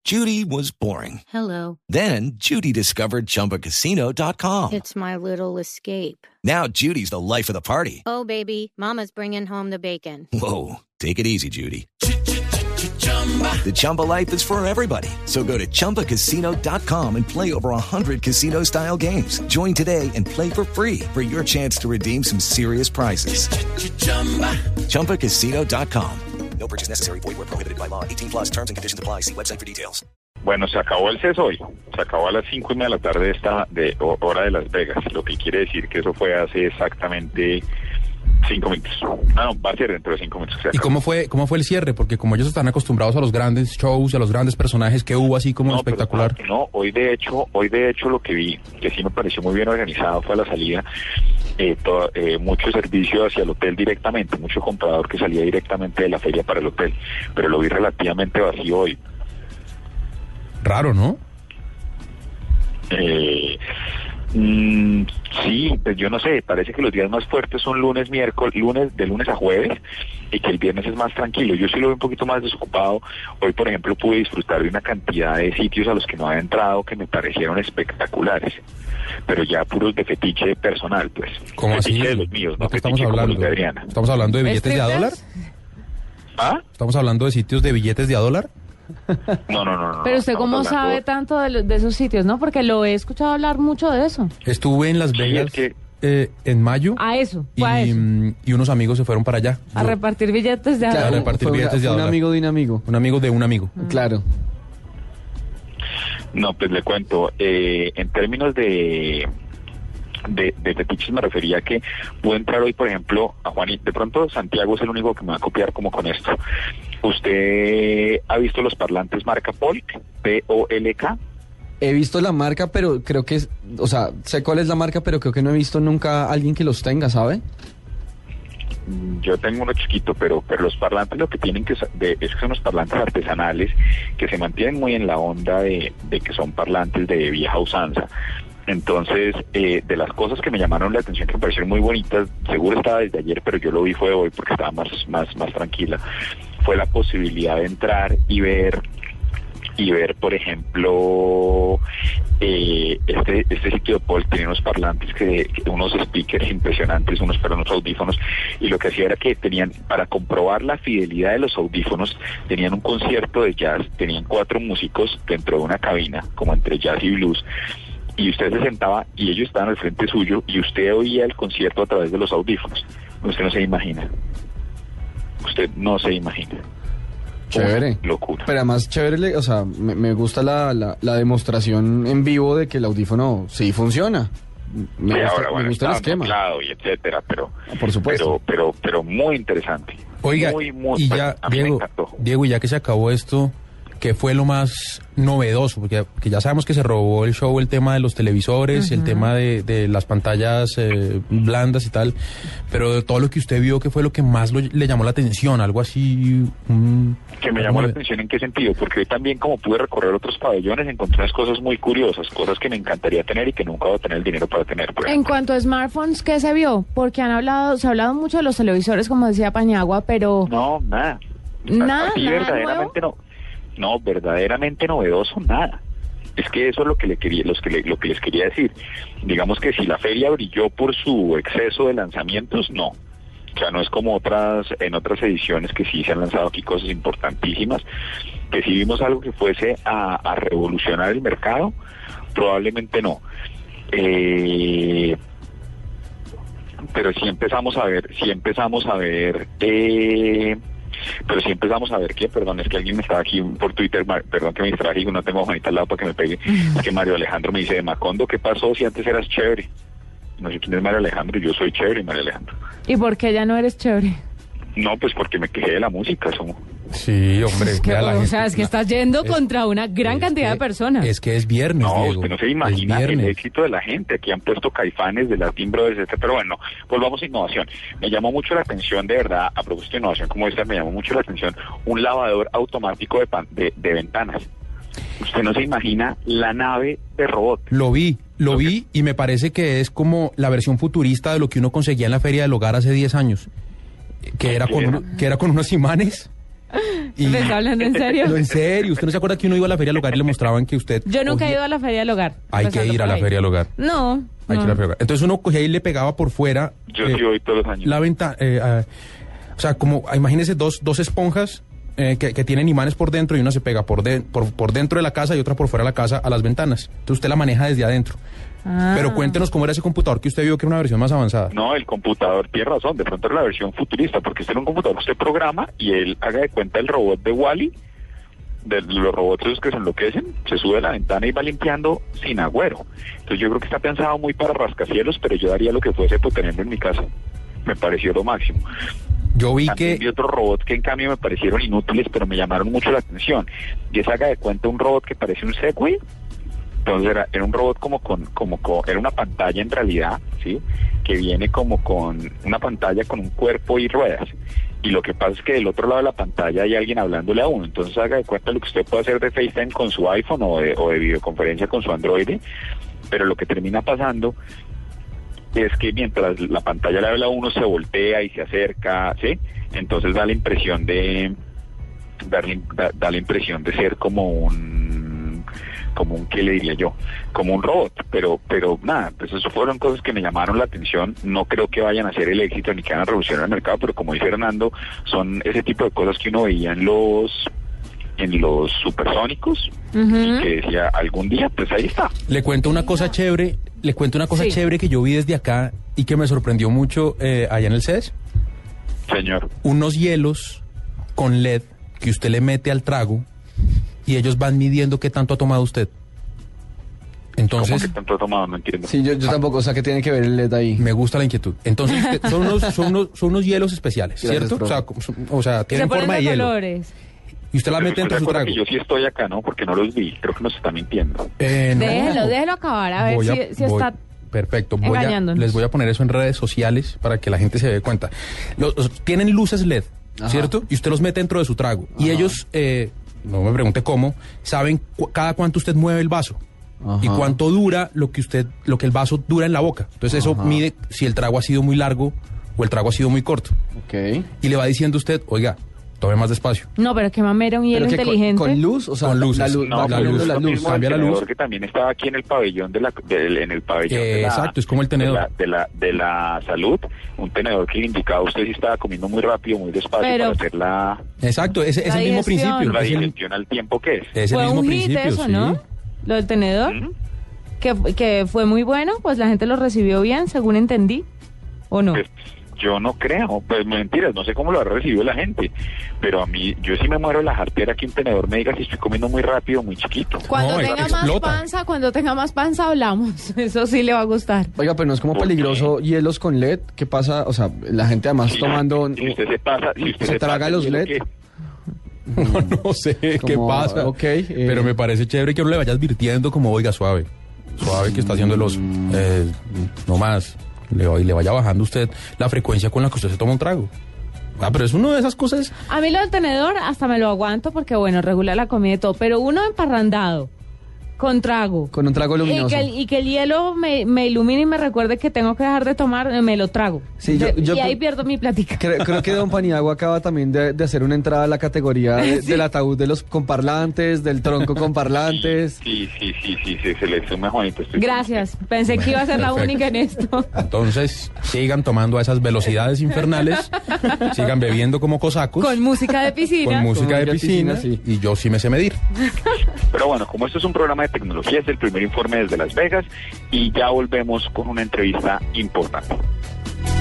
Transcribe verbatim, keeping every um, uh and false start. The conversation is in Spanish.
Judy was boring. Hello. Then Judy discovered Chumba Casino dot com. It's my little escape. Now Judy's the life of the party. Oh, baby, mama's bringing home the bacon. Whoa, take it easy, Judy. The Chumba life is for everybody. So go to Chumba Casino dot com and play over one hundred casino-style games. Join today and play for free for your chance to redeem some serious prizes. Chumba Casino dot com. No purchase necessary. Void where prohibited by law. eighteen plus terms and conditions apply. See website for details. Bueno, se acabó el C E S hoy. Se acabó a las cinco y media de la tarde de esta de hora de Las Vegas. Lo que quiere decir que eso fue hace exactamente cinco minutos. No, no, va a ser dentro de cinco minutos. ¿Y cómo fue cómo fue el cierre? Porque como ellos están acostumbrados a los grandes shows, a los grandes personajes que hubo así como no, espectacular. Pero, no, hoy de hecho, hoy de hecho lo que vi, que sí me pareció muy bien organizado, fue a la salida. Eh, todo, eh, mucho servicio hacia el hotel directamente, mucho comprador que salía directamente de la feria para el hotel, pero lo vi relativamente vacío hoy. Raro, ¿no? Eh, mm, sí, pues yo no sé, parece que los días más fuertes son lunes, miércoles, lunes, de lunes a jueves, y que el viernes es más tranquilo. Yo sí lo veo un poquito más desocupado. Hoy, por ejemplo, pude disfrutar de una cantidad de sitios a los que no había entrado que me parecieron espectaculares, pero ya puros de fetiche personal, pues. ¿Cómo fetiche así? de los míos, ¿De no qué estamos fetiche como hablando? los de Adriana. ¿Estamos hablando de billetes de a dólar? ¿Ah? ¿Estamos hablando de sitios de billetes de a dólar? No, no, no, no. Pero usted cómo hablando... sabe tanto de, de esos sitios, ¿no? Porque lo he escuchado hablar mucho de eso. Estuve en Las Vegas Sí, es que... eh, en mayo. A eso, y, fue a eso. y unos amigos se fueron para allá. A Yo- repartir billetes de a Claro, dólar. a repartir Fue billetes de a un dólar. amigo de un amigo. Un amigo de un amigo. Claro. No, pues le cuento, eh, en términos de, de, de fetiches me refería a que pude entrar hoy, por ejemplo, a Juan, y de pronto Santiago es el único que me va a copiar como con esto. ¿Usted ha visto los parlantes marca Polk? P O L K. He visto la marca, pero creo que es, o sea, sé cuál es la marca, pero creo que no he visto nunca a alguien que los tenga, ¿sabe? Yo tengo uno chiquito, pero pero los parlantes lo que tienen que sa- de, es que son los parlantes artesanales que se mantienen muy en la onda de, de que son parlantes de vieja usanza. Entonces, eh, de las cosas que me llamaron la atención, que me parecieron muy bonitas, seguro estaba desde ayer, pero yo lo vi fue hoy porque estaba más más más tranquila, fue la posibilidad de entrar y ver y ver, por ejemplo, eh, este este sitio de Paul tiene unos parlantes, que, que unos speakers impresionantes, unos para unos audífonos, y lo que hacía era que tenían, para comprobar la fidelidad de los audífonos, tenían un concierto de jazz, tenían cuatro músicos dentro de una cabina, como entre jazz y blues, y usted se sentaba y ellos estaban al frente suyo y usted oía el concierto a través de los audífonos. Usted no se imagina. Usted no se imagina. Chévere. Uf, locura. Pero además, chévere, le- o sea, me, me gusta la, la, la demostración en vivo de que el audífono sí funciona. Me Sí, gusta, ahora, bueno, me gusta el estaba esquema. mezclado y etcétera, pero, Por supuesto. pero, pero, pero muy interesante. Oiga, muy, muy, y pues, ya, a mí me Diego, encantó. Diego, y ya que se acabó esto, ¿qué fue lo más novedoso? Porque, porque ya sabemos que se robó el show, el tema de los televisores, el tema de, de las pantallas eh, blandas y tal, pero de todo lo que usted vio, ¿qué fue lo que más lo- le llamó la atención? Algo así... un- Que me llamó la ¿cómo le- atención, ¿en qué sentido? Porque hoy también, como pude recorrer otros pabellones, encontré unas cosas muy curiosas, cosas que me encantaría tener y que nunca voy a tener el dinero para tener. Por En ejemplo. cuanto a smartphones, ¿qué se vio? Porque han hablado, se ha hablado mucho de los televisores, como decía Pañagua, pero No, nada. Nada, Así nada verdaderamente no. No, verdaderamente novedoso, nada. Es que eso es lo que le quería, los que le- lo que les quería decir. Digamos que si la feria brilló por su exceso de lanzamientos, no. O sea, no es como otras, en otras ediciones que sí se han lanzado aquí cosas importantísimas, que si vimos algo que fuese a, a revolucionar el mercado, probablemente no. Eh, pero sí empezamos a ver, sí empezamos a ver, eh, pero sí empezamos a ver que, perdón, es que alguien me estaba aquí por Twitter, Mar- perdón que me distraje y no tengo a Juanita al lado para que me pegue, es que Mario Alejandro me dice, de Macondo, ¿qué pasó si antes eras chévere? No sé quién es Mario Alejandro, yo soy chévere, Mario Alejandro. ¿y por qué ya no eres chévere? No, pues porque me quejé de la música, eso. Sí, hombre. Es que, vea la o gente- sea, es que estás yendo es- contra una gran es cantidad que- de personas. Es que es viernes, No, Diego. usted no se Es imagina el viernes. éxito de la gente. Aquí han puesto Caifanes, de Latin Brothers, etcétera. Pero bueno, volvamos a innovación. Me llamó mucho la atención, de verdad, a propósito de innovación como esta, me llamó mucho la atención un lavador automático de, pan- de, de ventanas. Usted no se imagina la nave de robot. Lo vi, lo Lo vi y me parece que es como la versión futurista de lo que uno conseguía en la Feria del Hogar hace diez años. Que era con, uno- que era con unos imanes Y- ¿Me está hablando en serio? No, en serio, ¿usted no se acuerda que uno iba a la feria del hogar y le mostraban que usted... Yo nunca he cogía- ido a la feria del hogar. Hay que empezando ir a por la ahí. feria del hogar. No. Hay no. que ir a la feria del hogar. Entonces uno cogía y le pegaba por fuera... Yo eh, sí voy todos los años. la ventana... eh, ah, o sea, como, imagínese dos, dos esponjas eh, que, que tienen imanes por dentro y una se pega por, de- por, por dentro de la casa y otra por fuera de la casa a las ventanas. Entonces usted la maneja desde adentro. Ah. Pero cuéntenos cómo era ese computador que usted vio que era una versión más avanzada. No, el computador tiene razón, de pronto era la versión futurista, porque este era un computador que usted programa y él haga de cuenta el robot de Wall-E, de los robots esos que se enloquecen, se sube a la ventana y va limpiando sin agüero. Entonces yo creo que está pensado muy para rascacielos, pero yo daría lo que fuese por tenerlo en mi casa. Me pareció lo máximo. Yo vi También que... vi otros robots que en cambio me parecieron inútiles, pero me llamaron mucho la atención. Y es haga de cuenta un robot que parece un Segway. Entonces era, era un robot como con, como con, era una pantalla en realidad, ¿sí? Que viene como con una pantalla con un cuerpo y ruedas. Y lo que pasa es que del otro lado de la pantalla hay alguien hablándole a uno. Entonces haga de cuenta lo que usted puede hacer de FaceTime con su iPhone o de, o de videoconferencia con su Android. Pero lo que termina pasando es que mientras la pantalla le habla a uno se voltea y se acerca, ¿sí? Entonces da la impresión de da, da, da la impresión de ser como un como un qué le diría yo, como un robot, pero pero nada, pues eso fueron cosas que me llamaron la atención. No creo que vayan a ser el éxito ni que van a revolucionar el mercado, pero como dice Fernando, son ese tipo de cosas que uno veía en los en los supersónicos, Ujú. que decía algún día, pues ahí está. Le cuento una cosa chévere, le cuento una cosa Sí. chévere que yo vi desde acá y que me sorprendió mucho eh, allá en el C E S. Señor. Unos hielos con L E D que usted le mete al trago y ellos van midiendo qué tanto ha tomado usted. ¿Cómo Entonces, que tanto ha tomado? No entiendo. Sí, yo, yo tampoco, o sea, que tiene que ver el L E D ahí. me gusta la inquietud. Entonces, usted- son unos, son unos, son unos hielos especiales, Gracias, ¿cierto? O sea, profe. como- o sea, Se tienen ponen forma de de hielo. colores. Y usted la Pero mete usted entre se su acuerda trago. que yo sí estoy acá, ¿no? Porque no los vi. Creo que nos está mintiendo. Eh, no. Déjelo, déjelo acabar, a ver Voy si, si voy- está... Perfecto, voy a, engañándonos. les voy a poner eso en redes sociales para que la gente se dé cuenta. Los, los- tienen luces L E D, Ajá. ¿cierto? Y usted los mete dentro de su trago. Y Ajá. ellos, eh, no me pregunte cómo, saben cu- cada cuánto usted mueve el vaso. Ajá. Y cuánto dura lo que usted, lo que el vaso dura en la boca. Entonces eso Ajá. mide si el trago ha sido muy largo o el trago ha sido muy corto. Ok. Y le va diciendo usted, oiga, tome más despacio. No, pero qué mamera, un hielo Pero que con, inteligente. con luz, o sea, Con la- luces. la luz, No, va la cambiando luz, la lo luz. mismo cambia el la luz. tenedor que también estaba aquí en el pabellón de la del- en el pabellón Eh, de la, exacto, es como el tenedor. de la, de la de la salud, un tenedor que le indicaba a usted si estaba comiendo muy rápido, muy despacio Pero- para hacer la, Exacto, ese es La el mismo digestión. principio. la Es el, digestión al tiempo que es. es el Fue mismo un hit principio, eso, sí. ¿no? Lo del tenedor, ¿Mm? que, que fue muy bueno, pues la gente lo recibió bien, según entendí, ¿o no? Pues, yo no creo, pues mentiras, no sé cómo lo ha recibido la gente, pero a mí, yo sí me muero de la jartera que un tenedor me diga si estoy comiendo muy rápido o muy chiquito. Cuando No, tenga más explota. panza, cuando tenga más panza hablamos. Eso sí le va a gustar. Oiga, pero no es como ¿Por peligroso hielos con L E D. ¿Qué pasa? O sea, la gente además Si- tomando... si usted se pasa, si usted se se, traga pasa, los yo lo L E D. que- No, no sé qué Como, pasa. ok, eh. Pero me parece chévere que uno le vaya advirtiendo como, oiga, suave. Suave que está haciendo el oso. Mm. Eh, no más. Le, y le vaya bajando usted la frecuencia con la que usted se toma un trago. Ah, pero es una de esas cosas. A mí lo del tenedor hasta me lo aguanto porque, bueno, regula la comida y todo, pero uno emparrandado, con trago. Con un trago Y luminoso. que, el, y que el hielo me, me ilumine y me recuerde que tengo que dejar de tomar, eh, me lo trago. Sí, yo- De- yo y ahí creo- pierdo mi plática. Creo, creo que Don Paniagua acaba también de, de hacer una entrada a la categoría de- del ataúd de los con parlantes, del tronco con parlantes. Sí, sí, sí, sí, sí, se le suma Juanito. estoy- Gracias. Pensé que iba a ser la Perfecto. única en esto. Entonces, sigan tomando a esas velocidades infernales. Sigan bebiendo como cosacos. Con música de piscina. con música Con de música de piscina. piscina, sí. Y yo sí me sé medir. Pero bueno, como esto es un programa de tecnología, es el primer informe desde Las Vegas y ya volvemos con una entrevista importante.